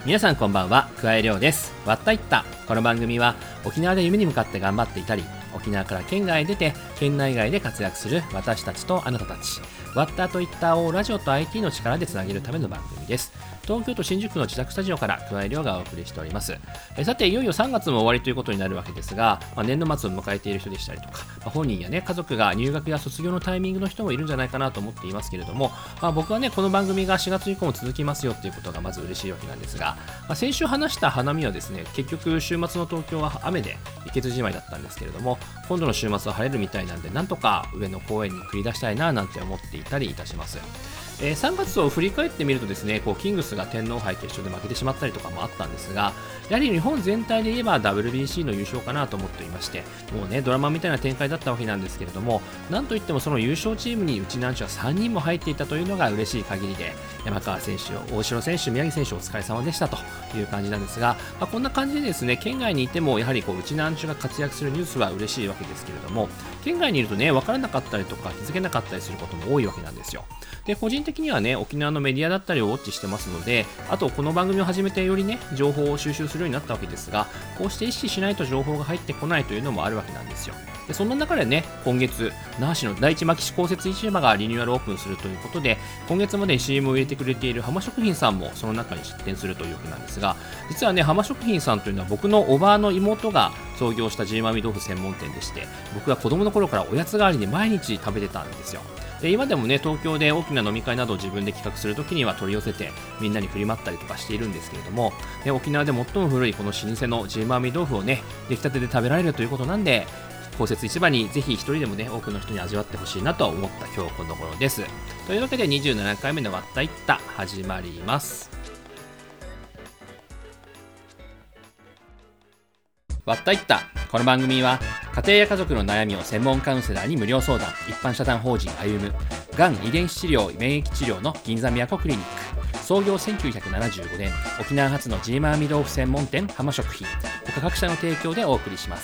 皆さんこんばんは、桑井亮です。わったいった。この番組は沖縄で夢に向かって頑張っていたり、沖縄から県外へ出て県内外で活躍する私たちとあなたたち、わったといったをラジオと IT の力でつなげるための番組です。東京都新宿区の自宅スタジオから桑井亮がお送りしております。さて、いよいよ3月も終わりということになるわけですが、年度末を迎えている人でしたりとか、本人や家族が入学や卒業のタイミングの人もいるんじゃないかなと思っていますけれども、僕はこの番組が4月以降も続きますよということがまず嬉しいわけなんですが、先週話した花見はですね、結局週末の東京は雨で行けずじまいだったんですけれども、今度の週末は晴れるみたいなんで、なんとか上野公園に繰り出したいななんて思っていたりいたします。3月を振り返ってみるとですね、キングスが天皇杯決勝で負けてしまったりとかもあったんですが、やはり日本全体で言えば WBC の優勝かなと思っていまして、もうね、ドラマみたいな展開だったわけなんですけれども、なんといってもその優勝チームにうちなんちは3人も入っていたというのが嬉しい限りで、山川選手、大城選手、宮城選手お疲れ様でしたという感じなんですが、こんな感じでですね、県外にいてもやはりうちなんちゅが活躍するニュースは嬉しいわけですけれども、県外にいるとね、分からなかったりとか気づけなかったりすることも多いわけなんですよ。で、個人的にはね、沖縄のメディアだったりをウォッチしてますので、あとこの番組を始めてよりね、情報を収集するようになったわけですが、こうして意識しないと情報が入ってこないというのもあるわけなんですよ。で、そんな中でね、今月那覇市の第一牧師公設市場がリニューアルオープンするということで、今月まで CM を入れてくれている浜食品さんもその中に出店するというわけなんですが、実はね、浜食品さんというのは僕のおばあの妹が創業したジーマミ豆腐専門店でして、僕は子供の頃からおやつ代わりに毎日食べてたんですよ。で、今でもね、東京で大きな飲み会などを自分で企画するときには取り寄せてみんなに振り回ったりとかしているんですけれども、ね、沖縄で最も古いこの老舗のジーマーミ豆腐をね、出来たてで食べられるということなんで、公設市場にぜひ一人でもね、多くの人に味わってほしいなと思った今日この頃です。というわけで27回目のわったいった始まります。わったいった。この番組は家庭や家族の悩みを専門カウンセラーに無料相談、一般社団法人歩む、がん遺伝子治療免疫治療の銀座みやこクリニック、創業1975年沖縄発のジーマーミ豆腐専門店浜食品他各社の提供でお送りします。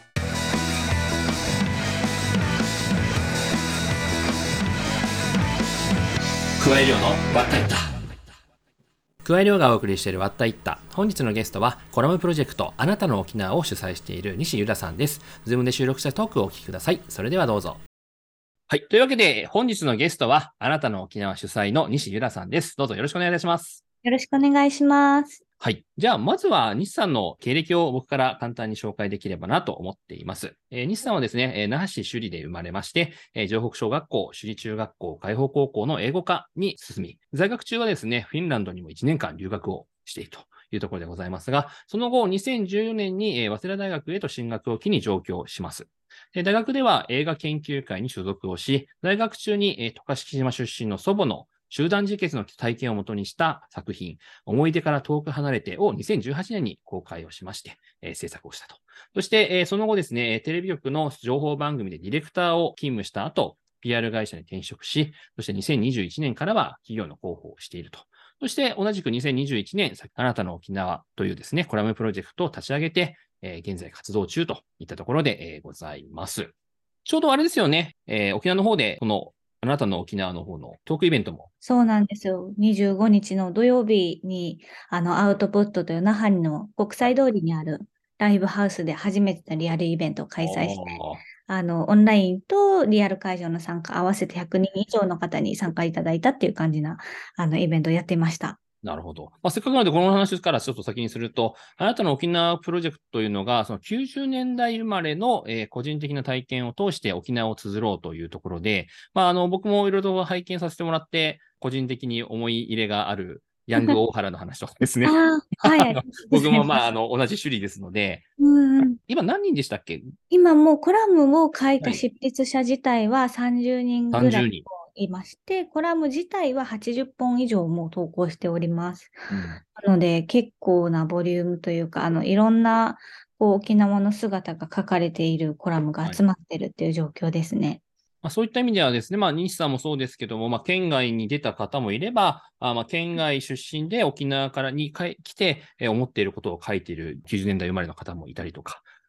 桑井亮のわったいった。桑井亮がお送りしているわったいった。本日のゲストはコラムプロジェクトあなたの沖縄を主催している西由良さんです。ズームで収録したトークをお聞きください。それではどうぞ。はい。というわけで本日のゲストはあなたの沖縄主催の西由良さんです。どうぞよろしくお願いいたします。 よろしくお願いします。 はい。じゃあ、まずは西さんの経歴を僕から簡単に紹介できればなと思っています。西さんはですね、那覇市首里で生まれまして、城北小学校、首里中学校、海邦高校の英語科に進み、在学中はですね、フィンランドにも1年間留学をしているというところでございますが、その後、2014年に早稲田大学へと進学を機に上京します。大学では映画研究会に所属をし、在学中に渡嘉敷島出身の祖母の集団自決の体験をもとにした作品、思い出から遠く離れてを2018年に公開をしまして、制作をしたと。そして、その後ですね、テレビ局の情報番組でディレクターを勤務した後、PR 会社に転職し、そして2021年からは企業の広報をしていると。そして同じく2021年、あなたの沖縄というですね、コラムプロジェクトを立ち上げて、現在活動中といったところで、ございます。ちょうどあれですよね、沖縄の方でこのあなたの沖縄の方のトークイベントも。 そうなんですよ。25日の土曜日に、アウトプットという那覇の国際通りにあるライブハウスで初めてのリアルイベントを開催して、オンラインとリアル会場の参加合わせて100人以上の方に参加いただいたっていう感じな、イベントをやっていました。 なるほど。せっかくなのでこの話からちょっと先にすると、あなたの沖縄プロジェクトというのが、その90年代生まれの、個人的な体験を通して沖縄を綴ろうというところで、僕もいろいろと拝見させてもらって、個人的に思い入れがあるヤング大原の話とかですね。 はい。 僕も同じ種類ですので、今何人でしたっけ？ 今もうコラムを書いた執筆者自体は30人ぐらいいまして、コラム自体は80本以上もう投稿しております。なので結構なボリュームというか、いろんな沖縄の姿が書かれているコラムが集まっているっていう状況ですね。 そういった意味ではですね、西さんもそうですけども、県外に出た方もいれば、県外出身で沖縄からに来て、思っていることを書いている90年代生まれの方もいたりとか、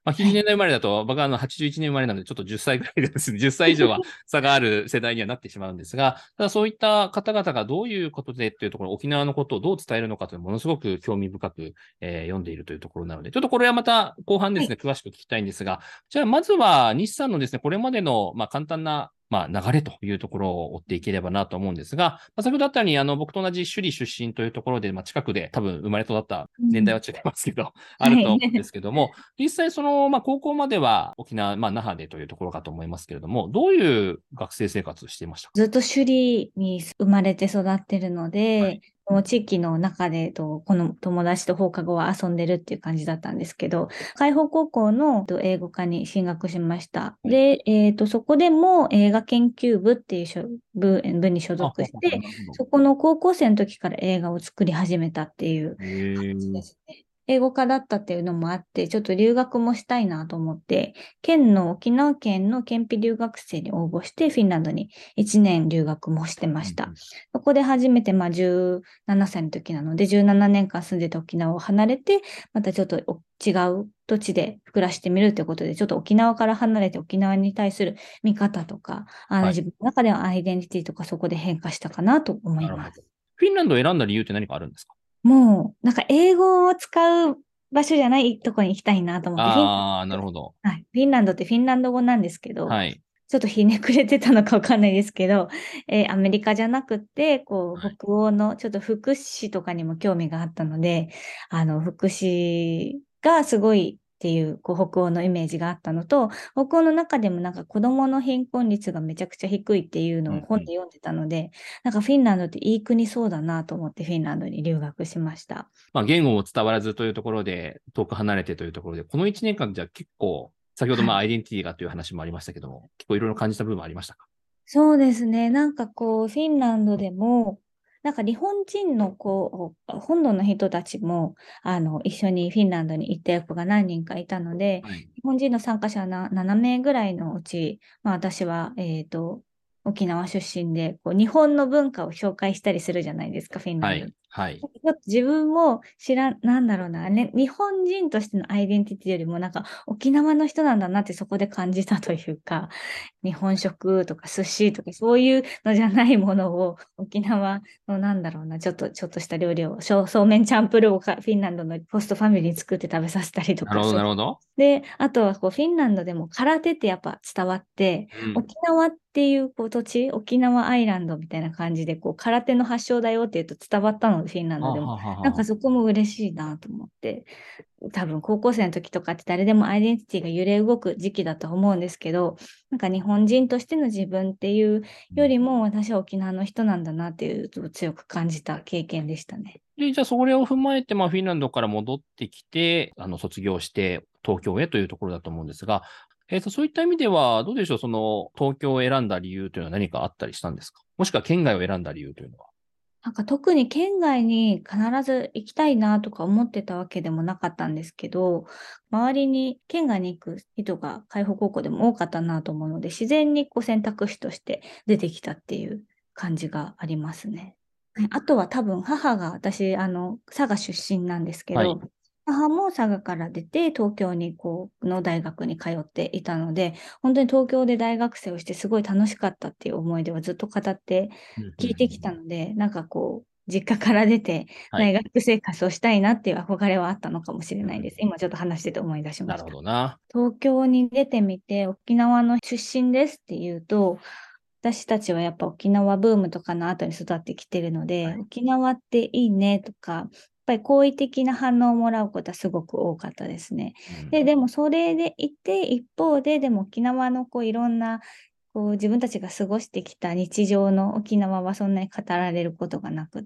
90年代生まれだと、僕は81年生まれなので、ちょっと10歳ぐらいですね。10歳以上は差がある世代にはなってしまうんですが、ただそういった方々がどういうことでっていうところ、沖縄のことをどう伝えるのかというのをものすごく興味深く、読んでいるというところなので、ちょっとこれはまた後半ですね、詳しく聞きたいんですが、じゃあまずは西さんのですね、これまでの、簡単な流れというところを追っていければなと思うんですが、先ほどあったように、僕と同じ首里出身というところで、近くで多分生まれ育った年代は違いますけど、あると思うんですけども、実際高校までは沖縄、那覇でというところかと思いますけれども、どういう学生生活をしていましたか？ ずっと首里に生まれて育ってるので、この地域の中でこの友達と放課後は遊んでるっていう感じだったんですけど、海邦高校の英語科に進学しました。で、そこでも映画研究部っていう部に所属して、そこの高校生の時から映画を作り始めたっていう感じですね。英語科だったっていうのもあって、ちょっと留学もしたいなと思って、沖縄県の県費留学生に応募して、フィンランドに1年留学もしてました。そこで初めて、17歳の時なので、17年間住んでた沖縄を離れて、またちょっと違う土地で暮らしてみるということで、ちょっと沖縄から離れて沖縄に対する見方とか、自分の中ではアイデンティティとかそこで変化したかなと思います。 フィンランドを選んだ理由って何かあるんですか？ もう、なんか英語を使う場所じゃないとこに行きたいなと思って、 なるほど。 はい。フィンランドってフィンランド語なんですけど、 はい。 ちょっとひねくれてたのかわかんないですけど、アメリカじゃなくて、北欧のちょっと福祉とかにも興味があったので、福祉がすごいっていう、北欧のイメージがあったのと、北欧の中でもなんか子供の貧困率がめちゃくちゃ低いっていうのを本で読んでたので、なんかフィンランドっていい国そうだなと思ってフィンランドに留学しました。 言語も伝わらずというところで、遠く離れてというところで、この1年間じゃ結構、先ほどアイデンティティがという話もありましたけども、結構いろいろ感じた部分ありましたか？ そうですね。なんかフィンランドでも、なんか日本人の本土の人たちも、一緒にフィンランドに行った子が何人かいたので、日本人の参加者は7名ぐらいのうち、私は、沖縄出身で、日本の文化を紹介したりするじゃないですか、フィンランド。 はい。 ちょっと自分もなんだろうな、ね、日本人としてのアイデンティティよりも、なんか沖縄の人なんだなってそこで感じたというか、日本食とか寿司とかそういうのじゃないものを沖縄のなんだろうな、ちょっとした料理を、そうめんチャンプルーをフィンランドのホストファミリーに作って食べさせたりとか。 なるほど。 で、あとはフィンランドでも空手ってやっぱ伝わって、沖縄っていう土地、沖縄アイランドみたいな感じで空手の発祥だよって言うと伝わったので、フィンランドでも。なんかそこも嬉しいなと思って。多分高校生の時とかって誰でもアイデンティティが揺れ動く時期だと思うんですけど、なんか日本人としての自分っていうよりも私は沖縄の人なんだなっていうと強く感じた経験でしたね。 で、じゃあそれを踏まえて、フィンランドから戻ってきて、卒業して東京へというところだと思うんですが、そういった意味では、どうでしょう、その東京を選んだ理由というのは何かあったりしたんですか？もしくは県外を選んだ理由というのは。 なんか特に県外に必ず行きたいなとか思ってたわけでもなかったんですけど、周りに県外に行く人が海保高校でも多かったなと思うので、自然に選択肢として出てきたっていう感じがありますね。あとは多分母が私、佐賀出身なんですけど、母も佐賀から出て東京にの大学に通っていたので、本当に東京で大学生をしてすごい楽しかったっていう思い出はずっと語って聞いてきたので、なんか実家から出て大学生活をしたいなっていう憧れはあったのかもしれないです。今ちょっと話してて思い出しました。 なるほどな。 東京に出てみて沖縄の出身ですっていうと、私たちはやっぱ沖縄ブームとかの後に育ってきてるので、沖縄っていいねとか、やっぱり好意的な反応をもらうことはすごく多かったですね。でもそれでいて、一方で、でも沖縄のいろんな自分たちが過ごしてきた日常の沖縄はそんなに語られることがなくって、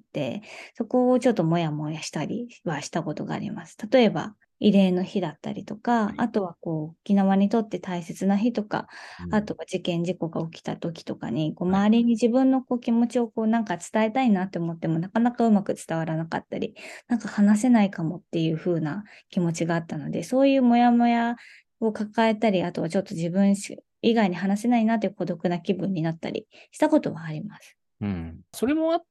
そこをちょっともやもやしたりはしたことがあります。例えば、慰霊の日だったりとか、あとは沖縄にとって大切な日とか、あとは事故が起きた時とかに、周りに自分の気持ちをなんか伝えたいなって思っても、なかなかうまく伝わらなかったり、なんか話せないかもっていう風な気持ちがあったので、そういうもやもやを抱えたり、あとはちょっと自分以外に話せないなという孤独な気分になったりしたことはあります。 それもあって、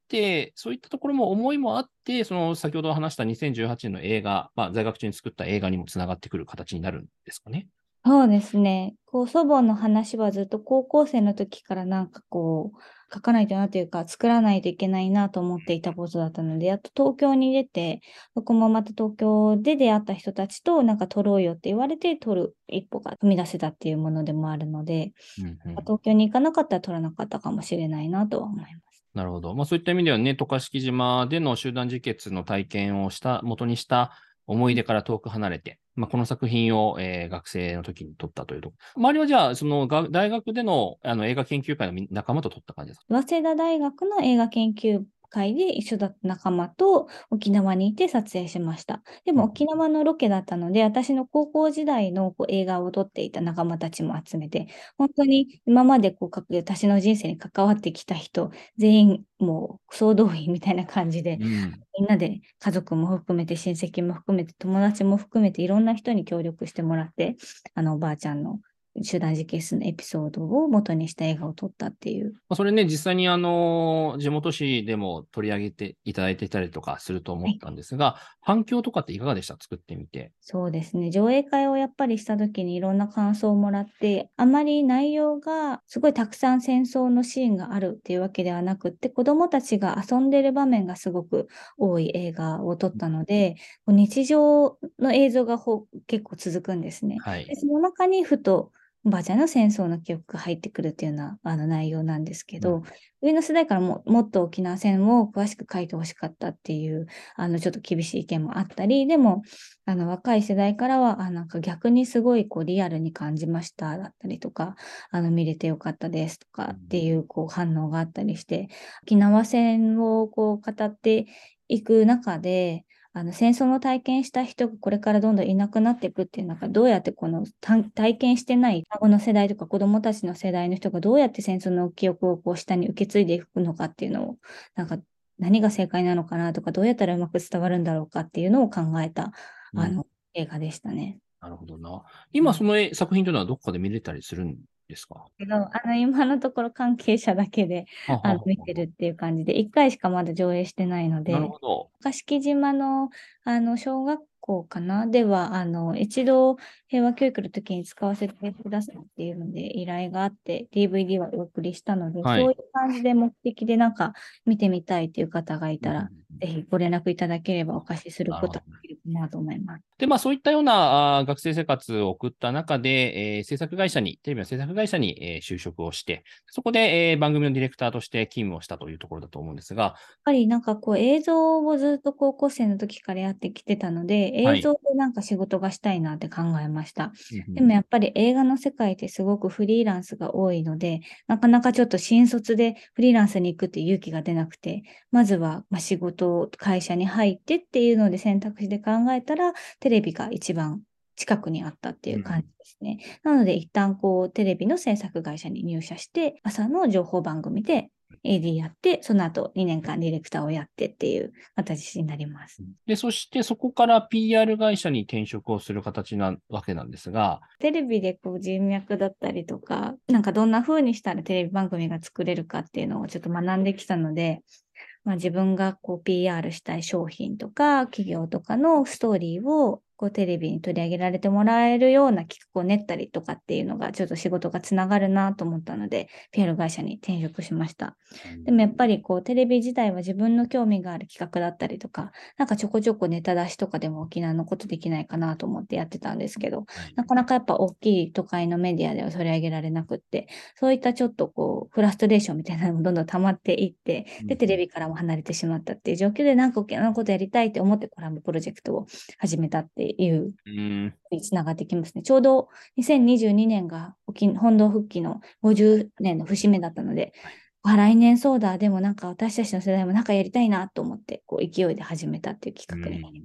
そういったところも思いもあって、その先ほど話した2018年の映画、在学中に作った映画にもつながってくる形になるんですかね。 そうですね。祖母の話はずっと高校生の時から書かないとなというか、作らないといけないなと思っていたことだったので、やっと東京に出て、そこもまた東京で出会った人たちと撮ろうよって言われて撮る一歩が踏み出せたっていうものでもあるので、東京に行かなかったら撮らなかったかもしれないなとは思います。 なるほど。そういった意味ではね、渡嘉敷島での集団自決の体験を元にした思い出から遠く離れて、この作品を、学生の時に撮ったというと。周りはじゃあ、その大学での映画研究会の仲間と撮った感じですか？ 早稲田大学の映画研究会で一緒だった仲間と沖縄にいて撮影しました。でも沖縄のロケだったので、私の高校時代の映画を撮っていた仲間たちも集めて、本当に今まで私の人生に関わってきた人、全員もう総動員みたいな感じで、みんなで家族も含めて親戚も含めて友達も含めていろんな人に協力してもらって、おばあちゃんの集団自決のエピソードを元にした映画を撮ったっていう。 それね、実際に地元紙でも取り上げていただいていたりとかすると思ったんですが、反響とかっていかがでした？作ってみて。 そうですね。上映会をやっぱりした時にいろんな感想をもらって、あまり内容がすごいたくさん戦争のシーンがあるっていうわけではなくって、子供たちが遊んでる場面がすごく多い映画を撮ったので、日常の映像が結構続くんですね。でその中にふとおばあちゃんの戦争の記憶が入ってくるっていうような内容なんですけど、上の世代からもっと沖縄戦を詳しく書いてほしかったっていう、ちょっと厳しい意見もあったり、でも、若い世代からは、逆にすごいリアルに感じましただったりとか、見れてよかったですとかっていう反応があったりして、沖縄戦を語っていく中で、戦争の体験した人がこれからどんどんいなくなっていくっていう中、どうやって体験してない孫の世代とか子供たちの世代の人がどうやって戦争の記憶を下に受け継いでいくのかっていうのを、何が正解なのかなとか、どうやったらうまく伝わるんだろうかっていうのを考えた、映画でしたね。 なるほどな。今、その作品というのはどこかで見れたりするんですか？ 今のところ関係者だけで見てるっていう感じで、1回しかまだ上映してないので、 なるほど。 渡嘉敷島の小学校かなでは、一度平和教育の時に使わせてくださいっていうので依頼があって、DVD はお送りしたので、そういう感じで目的で見てみたいっていう方がいたら、ぜひご連絡いただければお貸しすることができるかなと思います。 で、そういったような学生生活を送った中で、テレビの制作会社に就職をして、そこで番組のディレクターとして勤務をしたというところだと思うんですが。 やっぱり映像をずっと高校生の時からやってきてたので、映像で仕事がしたいなって考えました。でもやっぱり映画の世界ってすごくフリーランスが多いので、なかなかちょっと新卒でフリーランスに行くっていう勇気が出なくて、まずは仕事、会社に入ってっていうので選択肢で考えたら、テレビが一番近くにあったっていう感じですね。なので一旦テレビの制作会社に入社して、朝の情報番組でAD やって、その後2年間ディレクターをやってっていう形になります。 で、そしてそこから PR 会社に転職をする形なわけなんですが。 テレビで人脈だったりとか、どんな風にしたらテレビ番組が作れるかっていうのをちょっと学んできたので、自分がPR したい商品とか企業とかのストーリーをテレビに取り上げられてもらえるような企画を練ったりとかっていうのがちょっと仕事がつながるなと思ったので PR 会社に転職しました。でもやっぱりテレビ自体は自分の興味がある企画だったりとか、ちょこちょこネタ出しとかでも沖縄のことできないかなと思ってやってたんですけど、なかなかやっぱ大きい都会のメディアでは取り上げられなくって、そういったちょっとフラストレーションみたいなのもどんどん溜まっていって、で、テレビからも離れてしまったっていう状況で、沖縄のことやりたいって思ってコラムプロジェクトを始めたっていうにつながってきますね。ちょうど2022年が本土復帰の50年の節目だったので、来年そうだ、でも私たちの世代もやりたいなと思って、勢いで始めたっていう企画になります。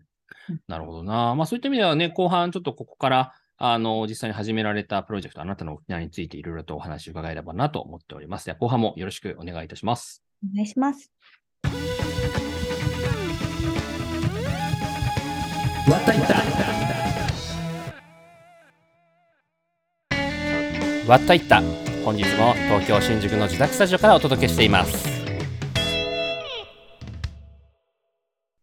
なるほどな。そういった意味ではね、後半ちょっとここから実際に始められたプロジェクト、あなたの沖縄についていろいろとお話を伺えればなと思っております。では後半もよろしくお願いいたします。 お願いします。 わったいったわったいった。本日も東京新宿の自宅スタジオからお届けしています。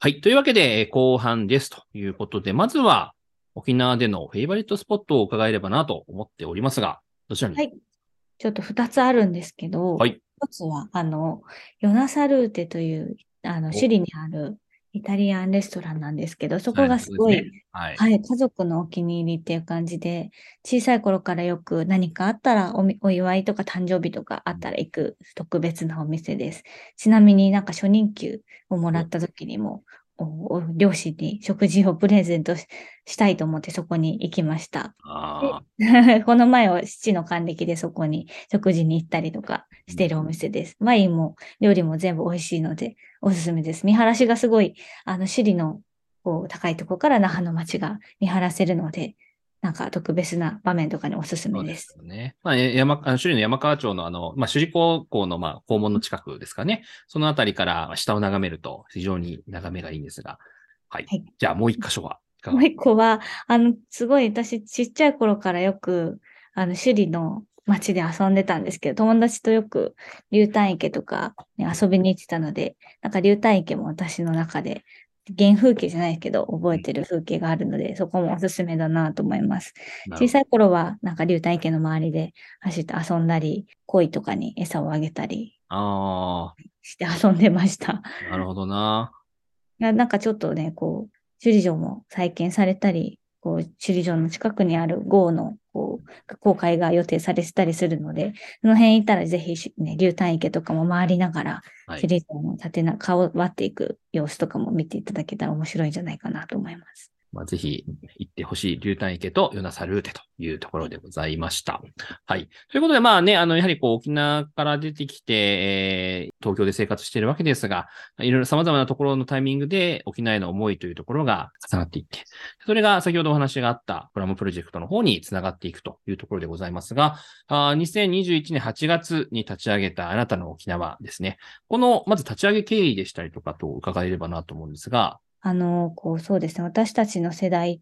はい。というわけで、後半ですということで、まずは沖縄でのフェイバリットスポットを伺えればなと思っておりますが、どちらに？ はい。ちょっと2つあるんですけど、 はい。 1つは、ヨナサルーテという、 お、 首里にあるイタリアンレストランなんですけど、そこがおしゃれなとこですね。 すごい、 はい。 はい、家族のお気に入りっていう感じで、小さい頃からよく何かあったらお祝いとか誕生日とかあったら行く特別なお店です。ちなみになんか初任給をもらった時にも、両親に食事をプレゼントしたいと思ってそこに行きました。でああ、 この前は父の還暦でそこに食事に行ったりとかしているお店です。ワインも料理も全部美味しいのでおすすめです。見晴らしがすごい、首里のこう高いところから那覇の街が見晴らせるので、なんか特別な場面とかにおすすそうでめです。 すよね。まあ、首里の山川町の首里高校の校門の近くですかね。そのあたりから下を眺めると非常に眺めがいいんですが。はい。 はい。 じゃあもう一箇所はいかもうが？ 一個は、すごい私ちっちゃい頃からよく、首里の街で遊んでたんですけど、友達とよく竜潭池とか、ね、遊びに行ってたので、なんか竜潭池も私の中で原風景じゃないけど、覚うん、 えてる風景があるので、そこもおすすめだなと思います。 なるほど。 小さい頃は、なんか竜潭池の周りで走って遊んだり、鯉とかに餌をあげたりあして遊んでました。 あ、なるほどな。 なんかちょっとね、こう、首里城も再建されたり、こう、首里城の近くにある郷の、こう、公開が予定されてたりするので、その辺行ったらぜひね、竜潭池とかも回りながら、 はい。 首里城の顔を割っていく様子とかも見ていただけたら面白いんじゃないかなと思います。 まあ、ぜひ行ってほしい竜潭池と与那原ルーテというところでございました。はい。ということで、まあね、やはりこう、沖縄から出てきて、東京で生活しているわけですが、いろいろ様々なところのタイミングで沖縄への思いというところが重なっていって、それが先ほどお話があったコラムプロジェクトの方につながっていくというところでございますが、2021年8月に立ち上げたあなたの沖縄ですね。この、まず立ち上げ経緯でしたりとかと伺えればなと思うんですが、 そうですね。私たちの世代って、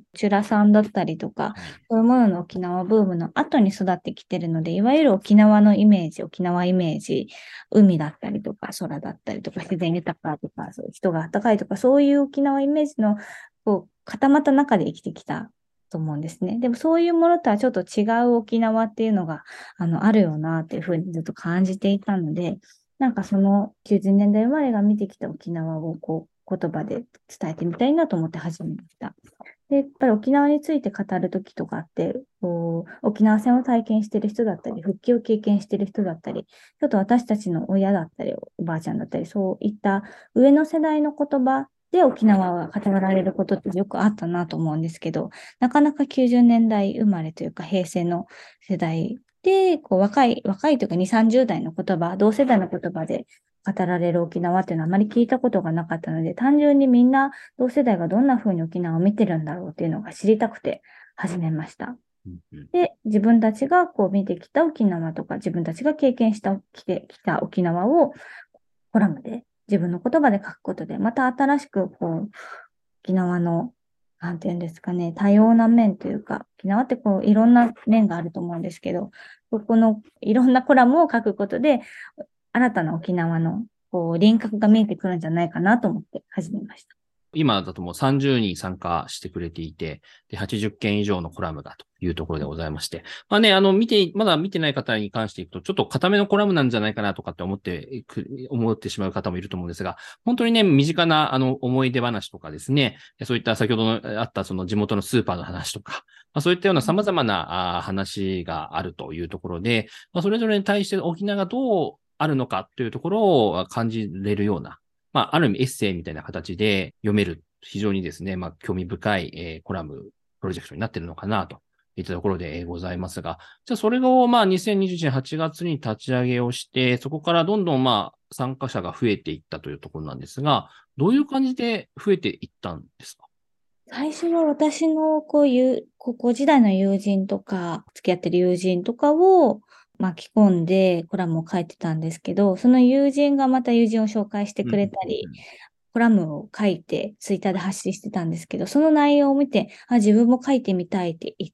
チュラさんだったりとか、 はい。 そういうものの沖縄ブームの後に育ってきてるので、いわゆる沖縄のイメージ、沖縄イメージ、海だったりとか、空だったりとか、自然豊かとか、そういう人が暖かいとか、そういう沖縄イメージの、こう、固まった中で生きてきたと思うんですね。でもそういうものとはちょっと違う沖縄っていうのが、あるよなっていうふうにずっと感じていたので、なんかその90年代生まれが見てきた沖縄をこう言葉で伝えてみたいなと思って始めました。で、やっぱり沖縄について語るときとかって、こう沖縄戦を体験している人だったり、復帰を経験している人だったり、ちょっと私たちの親だったり、おばあちゃんだったり、そういった上の世代の言葉で沖縄が語られることってよくあったなと思うんですけど、なかなか90年代生まれというか平成の世代で、こう若いというか2、30代の言葉、同世代の言葉で語られる沖縄っていうのはあまり聞いたことがなかったので、単純にみんな同世代がどんな風に沖縄を見てるんだろうっていうのが知りたくて始めました。 うんうん、 で、自分たちがこう見てきた沖縄とか、自分たちが経験したきた沖縄をコラムで自分の言葉で書くことで、また新しくこう沖縄のなんていうんですかね、多様な面というか、沖縄ってこういろんな面があると思うんですけど、そこのいろんなコラムを書くことで、新たな沖縄のこう輪郭が見えてくるんじゃないかなと思って始めました。 今だともう30人参加してくれていて、で、80件以上のコラムがというところでございまして。まあね、まだ見てない方に関していくと、ちょっと固めのコラムなんじゃないかなとかって思ってしまう方もいると思うんですが、本当にね、身近な、思い出話とかですね、そういった先ほどのあったその地元のスーパーの話とか、まあ、そういったような様々な話があるというところで、まあ、それぞれに対して沖縄がどうあるのかというところを感じれるような、まあ、ある意味エッセイみたいな形で読める、非常にですね、まあ、興味深い、コラム、プロジェクトになっているのかな、といったところでございますが、じゃあそれを、まあ、2021年8月に立ち上げをして、そこからどんどん、まあ、参加者が増えていったというところなんですが、どういう感じで増えていったんですか？ 最初は私のこういう高校時代の友人とか、付き合ってる友人とかを巻き込んでコラムを書いてたんですけど、その友人がまた友人を紹介してうんうんくれたり、 うん、 コラムを書いて、ツイッターで発信してたんですけど、その内容を見て、自分も書いてみたいって言って、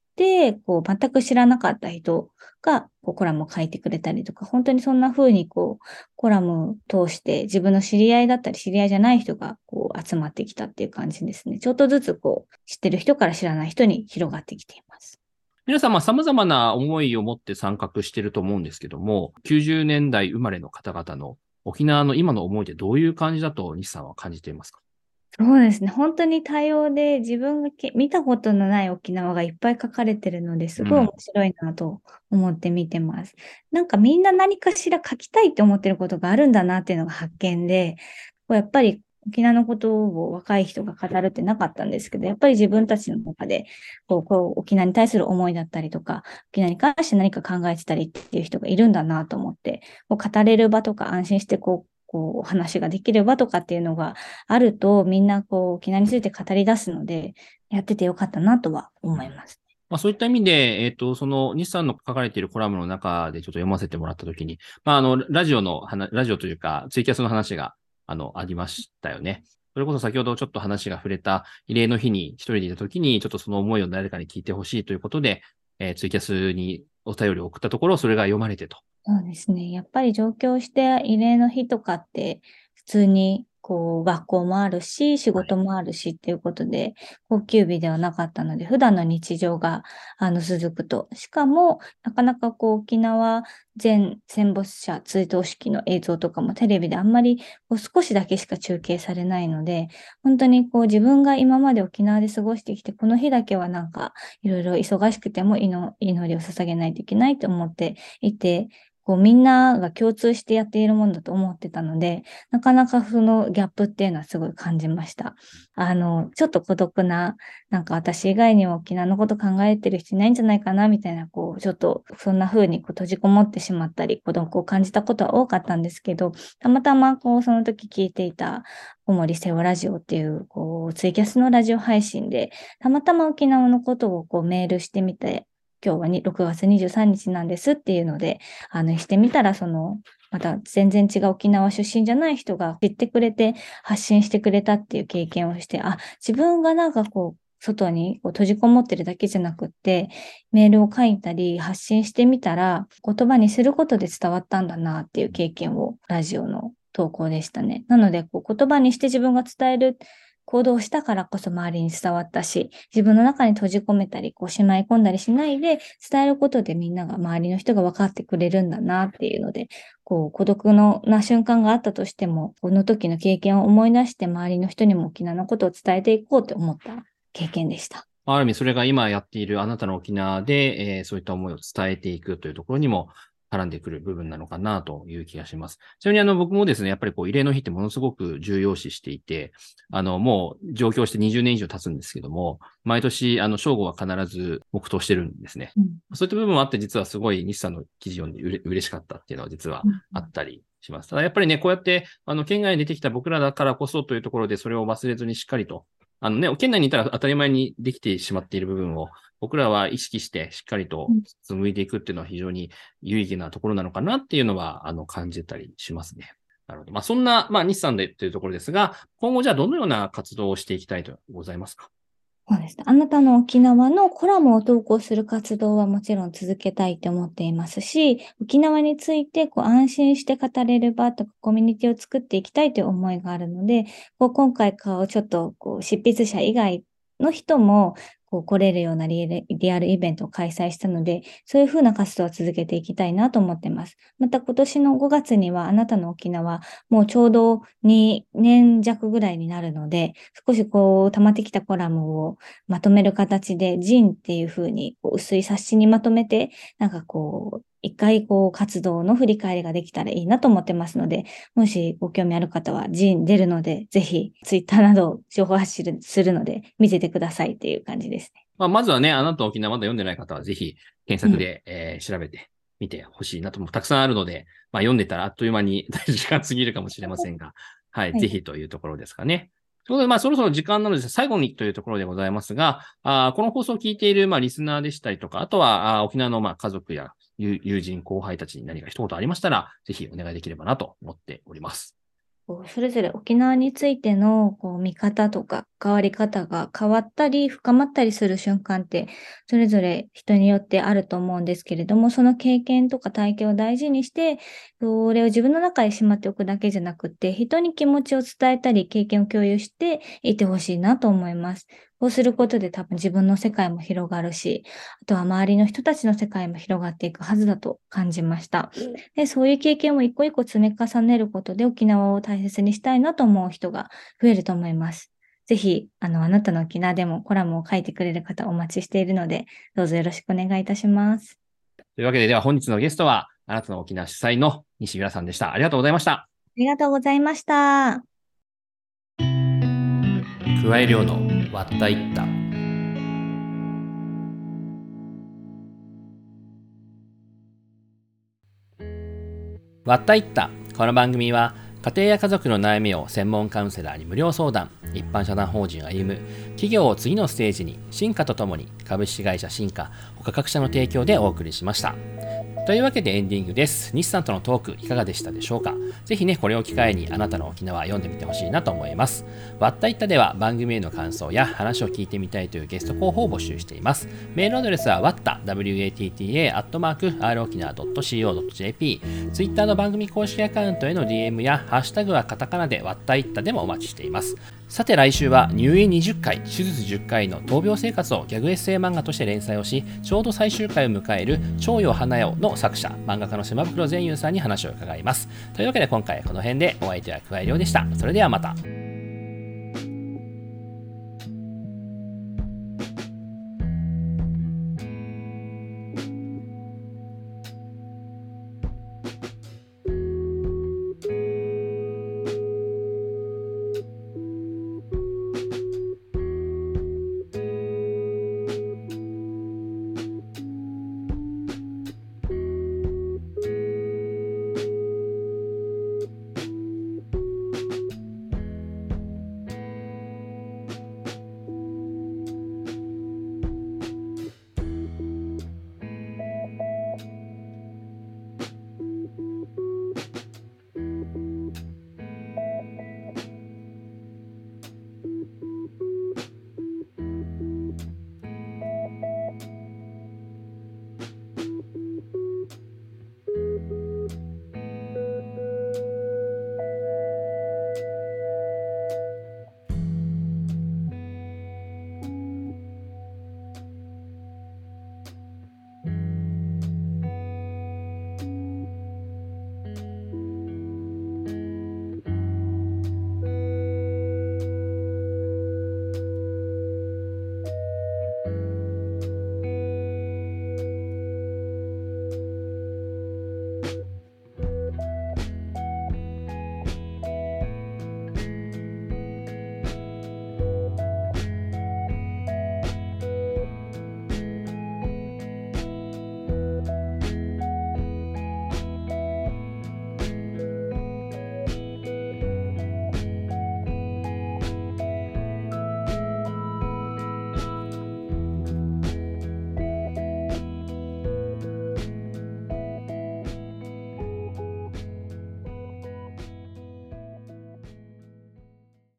こう、全く知らなかった人が、こう、コラムを書いてくれたりとか、本当にそんな風に、こう、コラムを通して、自分の知り合いだったり、知り合いじゃない人が、こ集まってきたっていう感じですね。ちょっとずつ知ってる人から知らない人に広がってきています。 皆さん、様々な思いを持って参画してると思うんですけども、90年代生まれの方々の沖縄の今の思いってどういう感じだと西さんは感じていますか？ そうですね。本当に多様で自分が見たことのない沖縄がいっぱい書かれてるのですごい面白いなと思って見てます。なんかみんな何かしら書きたいって思ってることがあるんだなっていうのが発見で、やっぱり沖縄のことを若い人が語るってなかったんですけど、やっぱり自分たちの中で沖縄に対する思いだったりとか、沖縄に関して何か考えてたりっていう人がいるんだなと思って、語れる場とか安心してお話ができる場とかっていうのがあると、みんな沖縄について語り出すので、やっててよかったなとは思います。 そういった意味で、その西さんの書かれているコラムの中でちょっと読ませてもらったときに、ラジオというか、ツイキャスの話が、ありましたよね。それこそ先ほどちょっと話が触れた慰霊の日に一人でいたときに、ちょっとその思いを誰かに聞いてほしいということで、ツイキャスにお便りを送ったところ、それが読まれてと。 そうですね。やっぱり上京して慰霊の日とかって、普通に学校もあるし、仕事もあるしっていうことで、高級日ではなかったので、普段の日常が続くと。しかも、なかなか沖縄全戦没者追悼式の映像とかもテレビであんまり少しだけしか中継されないので、本当に自分が今まで沖縄で過ごしてきて、この日だけはなんかいろいろ忙しくても祈りを捧げないといけないと思っていて、みんなが共通してやっているものだと思ってたので、なかなかそのギャップっていうのはすごい感じました。ちょっと孤独な、なんか私以外にも沖縄のこと考えてる人いないんじゃないかな、みたいな、ちょっとそんな風に閉じこもってしまったり、孤独を感じたことは多かったんですけど、たまたまその時聞いていた、小森セオラジオっていう、ツイキャスのラジオ配信で、たまたま沖縄のことをメールしてみて、今日は6月23日なんですっていうので、してみたら、また全然違う沖縄出身じゃない人が知ってくれて、発信してくれたっていう経験をして、自分がなんか外に閉じこもってるだけじゃなくって、メールを書いたり発信してみたら、言葉にすることで伝わったんだなっていう経験をラジオの投稿でしたね。なので、言葉にして自分が伝える行動をしたからこそ周りに伝わったし、自分の中に閉じ込めたり、しまい込んだりしないで、伝えることでみんなが、周りの人が分かってくれるんだなっていうので、孤独な瞬間があったとしても、この時の経験を思い出して、周りの人にも沖縄のことを伝えていこうと思った経験でした。 ある意味、それが今やっているあなたの沖縄で、そういった思いを伝えていくというところにも絡んでくる部分なのかなという気がします。ちなみに僕もですね、やっぱり慰霊の日ってものすごく重要視していて、もう上京して20年以上経つんですけども、毎年、正午は必ず黙祷してるんですね。そういった部分もあって、実はすごい西さんの記事を読んで嬉しかったっていうのは実はあったりします。ただやっぱりね、こうやって、県外に出てきた僕らだからこそというところで、それを忘れずにしっかりと県内にいたら当たり前にできてしまっている部分を、僕らは意識してしっかりと紡いでいくっていうのは非常に有意義なところなのかなっていうのは、感じたりしますね。なるほど。そんな、日産でというところですが、今後じゃあどのような活動をしていきたいとございますか？ そうですね。あなたの沖縄のコラムを投稿する活動はもちろん続けたいと思っていますし、沖縄について安心して語れる場とかコミュニティを作っていきたいという思いがあるので、今回ちょっと執筆者以外の人も来れるようなリアルイベントを開催したので、そういうふうな活動を続けていきたいなと思ってます。また今年の5月にはあなたの沖縄、もうちょうど2年弱ぐらいになるので、少し溜まってきたコラムをまとめる形で、ジンっていうふうに薄い冊子にまとめて、なんか一回活動の振り返りができたらいいなと思ってますので、もしご興味ある方はジン出るので、ぜひツイッターなど情報発信するので見せてくださいっていう感じですね。 まずはね、あなたの沖縄まだ読んでない方はぜひ検索で、調べてみてほしいなともたくさんあるので、読んでたらあっという間に時間過ぎるかもしれませんが、はい、ぜひというところですかね。ということで、そろそろ時間なので、最後にというところでございますが、この放送を聞いている、リスナーでしたりとか、あとは、沖縄の、家族や友人、後輩たちに何か一言ありましたら、ぜひお願いできればなと思っております。 それぞれ沖縄についての見方とか関わり方が変わったり深まったりする瞬間ってそれぞれ人によってあると思うんですけれども、その経験とか体験を大事にしてそれを自分の中でしまっておくだけじゃなくて、人に気持ちを伝えたり経験を共有していてほしいなと思います。こうすることで多分自分の世界も広がるし、あとは周りの人たちの世界も広がっていくはずだと感じました。で、そういう経験を一個一個積み重ねることで沖縄を大切にしたいなと思う人が増えると思います。ぜひ、あなたの沖縄でもコラムを書いてくれる方お待ちしているので、どうぞよろしくお願いいたします。 というわけで、では本日のゲストは、あなたの沖縄主催の西浦さんでした。ありがとうございました。 ありがとうございました。 桑井亮のわったいった。わったいった。この番組は家庭や家族の悩みを専門カウンセラーに無料相談、一般社団法人歩む、企業を次のステージに進化とともに株式会社進化、他各社の提供でお送りしました。というわけでエンディングです。西さんとのトークいかがでしたでしょうか。ぜひね、これを機会にあなたの沖縄読んでみてほしいなと思います。わったいったでは番組への感想や話を聞いてみたいというゲスト候補を募集しています。メールアドレスはwatta@rokinawa.co.jp、 ツイッターの番組公式アカウントへの DM やハッシュタグはカタカナでわったいったでもお待ちしています。さて来週は入院20回、手術10回の闘病生活をギャグエッセイ漫画として連載をし、ちょうど最終回を迎える蝶よ花よの作者、漫画家の島袋善優さんに話を伺います。というわけで今回はこの辺で、お相手は桑井亮でした。それではまた。